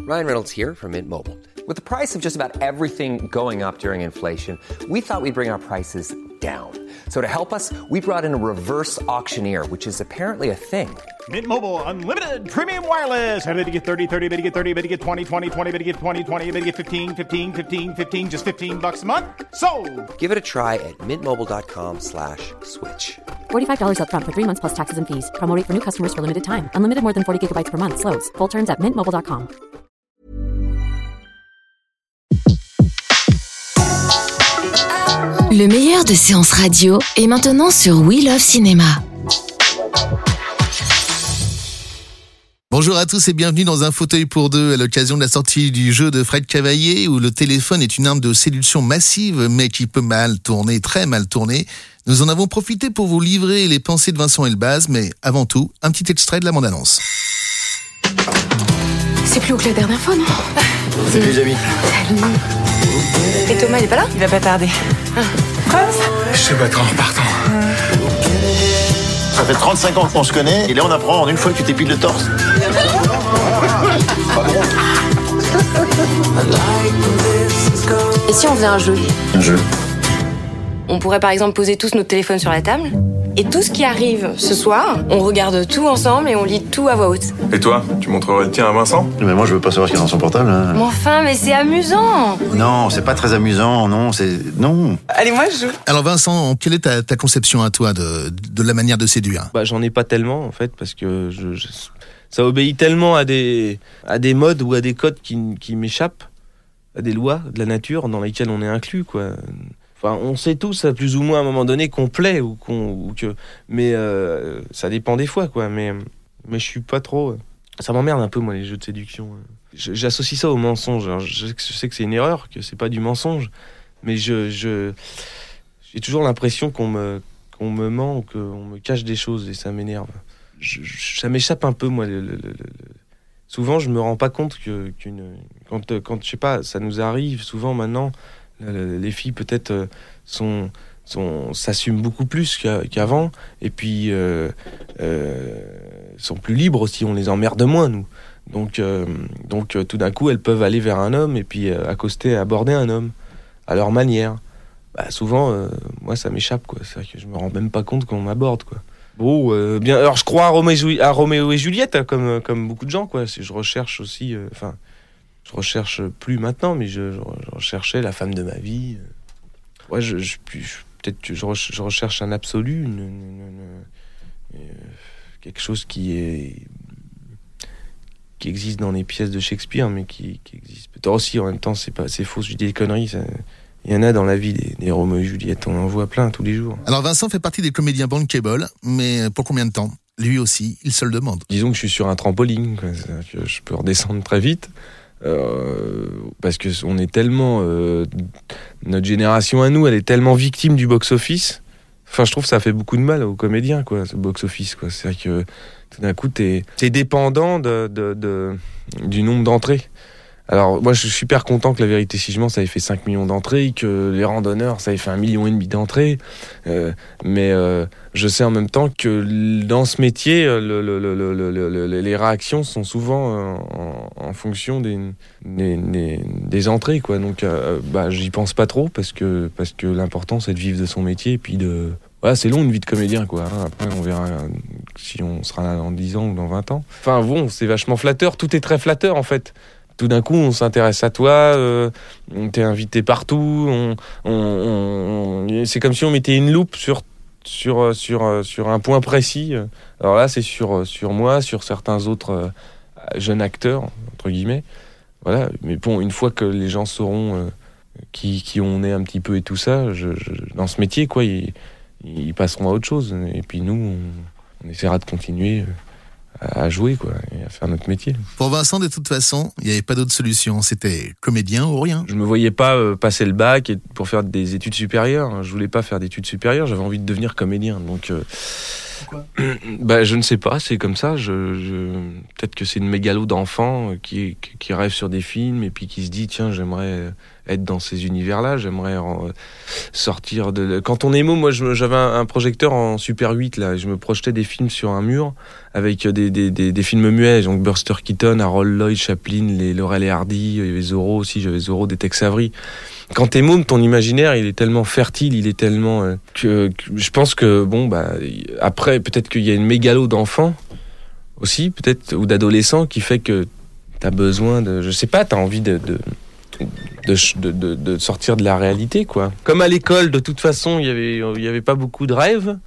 Ryan Reynolds here from Mint Mobile. With the price of just about everything going up during inflation, we thought we'd bring our prices down. So to help us, we brought in a reverse auctioneer, which is apparently a thing. Mint Mobile Unlimited Premium Wireless. How to get 30, 30, bit to get 30, bit to get 20, 20, 20, bit to get 20, 20, bit to get 15, 15, 15, 15, just $15 a month? Sold! Give it a try at mintmobile.com/switch. $45 up front for 3 months plus taxes and fees. Promo rate for new customers for limited time. Unlimited more than 40 gigabytes per month. Slows full terms at mintmobile.com. Le meilleur de séances radio est maintenant sur We Love Cinéma. Bonjour à tous et bienvenue dans Un fauteuil pour deux à l'occasion de la sortie du jeu de Fred Cavaillé où le téléphone est une arme de séduction massive mais qui peut mal tourner, très mal tourner. Nous en avons profité pour vous livrer les pensées de Vincent Elbaz, mais avant tout, un petit extrait de la bande-annonce. C'est plus haut que la dernière fois, non? Salut les amis. Salut. Et Thomas, il est pas là? Il va pas tarder. Prince? Je te battrai en repartant. Ça fait 35 ans qu'on se connaît, et là on apprend en une fois que tu t'épiles le torse. Et si on faisait un jeu? Un jeu. On pourrait par exemple poser tous notre téléphone sur la table, et tout ce qui arrive ce soir, on regarde tout ensemble et on lit tout à voix haute. Et toi, tu montrerais le tien à Vincent? Mais moi je veux pas savoir ce qu'il y a dans son portable. Hein. Mais enfin, mais c'est amusant! Non, c'est pas très amusant, non, c'est... Non. Allez, moi je joue. Alors Vincent, quelle est ta conception à toi de la manière de séduire ? J'en ai pas tellement en fait, parce que ça obéit tellement à des modes ou à des codes qui m'échappent, à des lois de la nature dans lesquelles on est inclus, quoi. Enfin, on sait tous, à plus ou moins à un moment donné, qu'on plaît mais ça dépend des fois, quoi. Mais je suis pas trop. Ça m'emmerde un peu, moi, les jeux de séduction. J'associe ça au mensonge. Alors, je sais que c'est une erreur, que c'est pas du mensonge, mais j'ai toujours l'impression qu'on me ment ou qu'on me cache des choses et ça m'énerve. Ça m'échappe un peu, moi. Souvent, je me rends pas compte quand je sais pas, ça nous arrive souvent maintenant. Les filles peut-être s'assument beaucoup plus qu'avant et puis sont plus libres aussi, on les emmerde moins nous. Donc tout d'un coup elles peuvent aller vers un homme et puis aborder un homme à leur manière. Souvent moi ça m'échappe, quoi. C'est vrai que je me rends même pas compte qu'on m'aborde, quoi. Bon, bien, alors je crois à Roméo et Juliette, hein, comme beaucoup de gens, quoi. Je recherche aussi, je recherche plus maintenant, mais je recherchais la femme de ma vie. Ouais, peut-être que je recherche un absolu, quelque chose qui existe dans les pièces de Shakespeare, mais qui existe peut-être aussi en même temps. C'est faux, je dis des conneries. Il y en a dans la vie des Roméo et Juliette, on en voit plein tous les jours. Alors Vincent fait partie des comédiens bankable, mais pour combien de temps ? Lui aussi, il se le demande. Disons que je suis sur un trampoline, quoi. C'est-à-dire que je peux redescendre très vite. Parce que on est tellement notre génération à nous, elle est tellement victime du box-office. Enfin, je trouve que ça fait beaucoup de mal aux comédiens, quoi, ce box-office, quoi. C'est-à-dire que tout d'un coup t'es dépendant du nombre d'entrées. Alors moi je suis super content que La Vérité si je mens ça ait fait 5 millions d'entrées, que Les Randonneurs ça ait fait 1,5 million d'entrées, mais je sais en même temps que dans ce métier les réactions sont souvent en fonction des entrées, quoi. Donc j'y pense pas trop parce que l'important c'est de vivre de son métier et puis c'est long une vie de comédien, quoi. Après on verra si on sera là dans 10 ans ou dans 20 ans. Enfin bon, c'est vachement flatteur, tout est très flatteur en fait. Tout d'un coup, on s'intéresse à toi, on t'est invité partout, c'est comme si on mettait une loupe sur un point précis. Alors là, c'est sur moi, sur certains autres jeunes acteurs, entre guillemets. Voilà. Mais bon, une fois que les gens sauront qui on est un petit peu et tout ça, dans ce métier, quoi, ils passeront à autre chose. Et puis nous, on essaiera de continuer à jouer, quoi, et à faire notre métier. Pour Vincent, de toute façon, il n'y avait pas d'autre solution. C'était comédien ou rien. Je me voyais pas passer le bac pour faire des études supérieures. Je voulais pas faire d'études supérieures. J'avais envie de devenir comédien. Donc, pourquoi ? Je ne sais pas. C'est comme ça. Peut-être que c'est une mégalo d'enfant qui rêve sur des films et puis qui se dit tiens, j'aimerais être dans ces univers-là. J'aimerais sortir de... Quand on est émo, moi j'avais un projecteur en Super 8 là, et je me projetais des films sur un mur avec des films muets, donc Buster Keaton, Harold Lloyd, Chaplin, les Laurel et Hardy, il y avait Zorro aussi, j'avais Zorro, des Tex Avery. Quand t'es môme, ton imaginaire il est tellement fertile, il est tellement que je pense que après peut-être qu'il y a une mégalo d'enfants aussi, peut-être, ou d'adolescents qui fait que t'as besoin de, je sais pas, t'as envie de sortir de la réalité, quoi. Comme à l'école, de toute façon, il y avait pas beaucoup de rêves,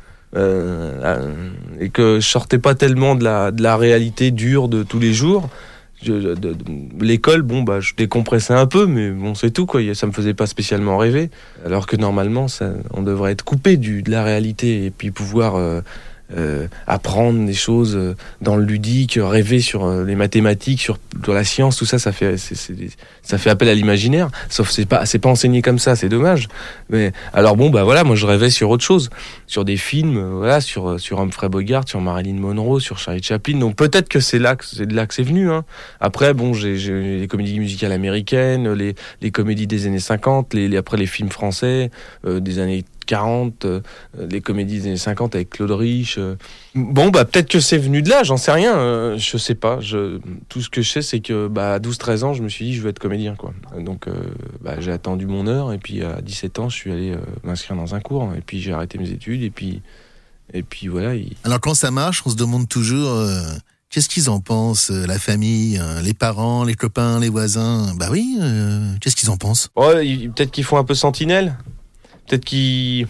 et que je sortais pas tellement de la réalité dure de tous les jours. L'école, je décompressais un peu, mais bon, c'est tout, quoi. Ça me faisait pas spécialement rêver. Alors que normalement, on devrait être coupé de la réalité et puis pouvoir apprendre des choses dans le ludique, rêver sur les mathématiques, sur la science, tout ça, ça fait appel à l'imaginaire. Sauf c'est pas enseigné comme ça, c'est dommage. Mais alors moi je rêvais sur autre chose, sur des films, sur Humphrey Bogart, sur Marilyn Monroe, sur Charlie Chaplin. Donc peut-être que c'est de là que c'est venu. Hein. Après j'ai les comédies musicales américaines, les comédies des années 50, après les films français des années 40, les comédies des années 50 avec Claude Rich. Peut-être que c'est venu de là, j'en sais rien. Je sais pas. Tout ce que je sais, c'est que à 12-13 ans, je me suis dit je veux être comédien, quoi. Donc j'ai attendu mon heure, et puis à 17 ans, je suis allé m'inscrire dans un cours, et puis j'ai arrêté mes études, et puis voilà. Alors quand ça marche, on se demande toujours qu'est-ce qu'ils en pensent, la famille, les parents, les copains, les voisins. Qu'est-ce qu'ils en pensent? Peut-être qu'ils font un peu sentinelle. Peut-être qu'ils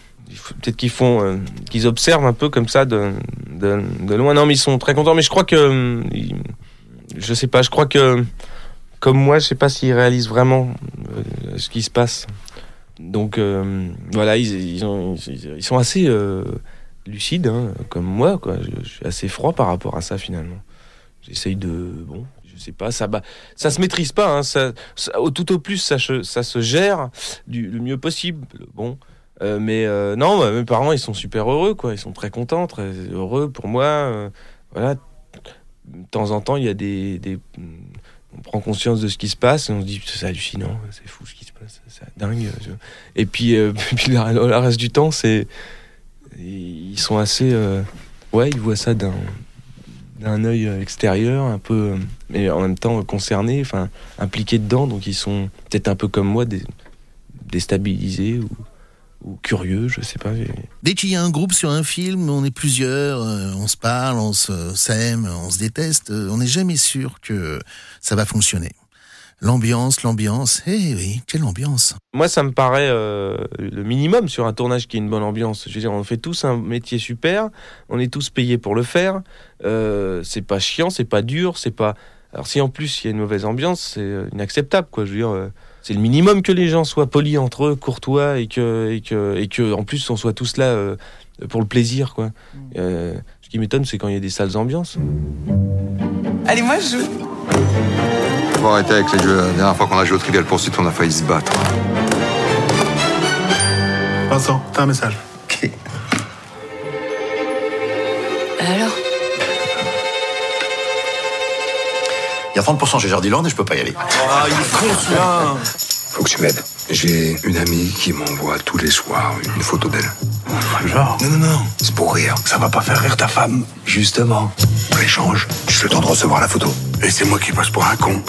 observent un peu comme ça de loin. Non, mais ils sont très contents. Mais je crois que, je sais pas. Je crois que, comme moi, je sais pas s'ils réalisent vraiment ce qui se passe. Donc ils sont assez lucides, hein, comme moi, quoi. Je suis assez froid par rapport à ça, finalement. J'essaye je sais pas, ça se maîtrise pas, hein, tout au plus ça se gère le mieux possible. Mais mes parents ils sont super heureux, quoi, ils sont très contents, très heureux pour moi. De temps en temps il y a on prend conscience de ce qui se passe et on se dit c'est hallucinant, c'est fou ce qui se passe, c'est dingue. Et puis le reste du temps ils sont assez ils voient ça d'un œil extérieur, un peu, mais en même temps concernés, impliqués dedans, donc ils sont peut-être un peu comme moi, déstabilisés ou curieux, je sais pas. Dès qu'il y a un groupe sur un film, on est plusieurs, on se parle, on s'aime, on se déteste, on n'est jamais sûr que ça va fonctionner. L'ambiance, oui, quelle ambiance. Moi, ça me paraît le minimum sur un tournage qui est une bonne ambiance. Je veux dire, on fait tous un métier super, on est tous payés pour le faire, c'est pas chiant, c'est pas dur, c'est pas... Alors si en plus il y a une mauvaise ambiance, c'est inacceptable, quoi. Je veux dire, c'est le minimum que les gens soient polis entre eux, courtois, et que en plus on soit tous là pour le plaisir, quoi. Ce qui m'étonne, c'est quand il y a des sales ambiances. Allez, moi je joue. Faut arrêter avec les jeux. La dernière fois qu'on a joué au Trivial Pursuit, on a failli se battre. Vincent, t'as un message. Ok. Alors ? Il y a 30% chez Jardiland et je peux pas y aller. Ah, il est con celui-là. Faut que tu m'aides. J'ai une amie qui m'envoie tous les soirs une photo d'elle. Genre. Non. C'est pour rire. Ça va pas faire rire ta femme. Justement. On l'échange. Juste le temps de recevoir la photo. Et c'est moi qui passe pour un con.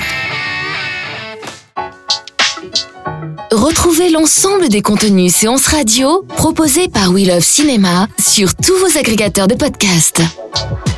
Retrouvez l'ensemble des contenus séances radio proposés par We Love Cinéma sur tous vos agrégateurs de podcasts.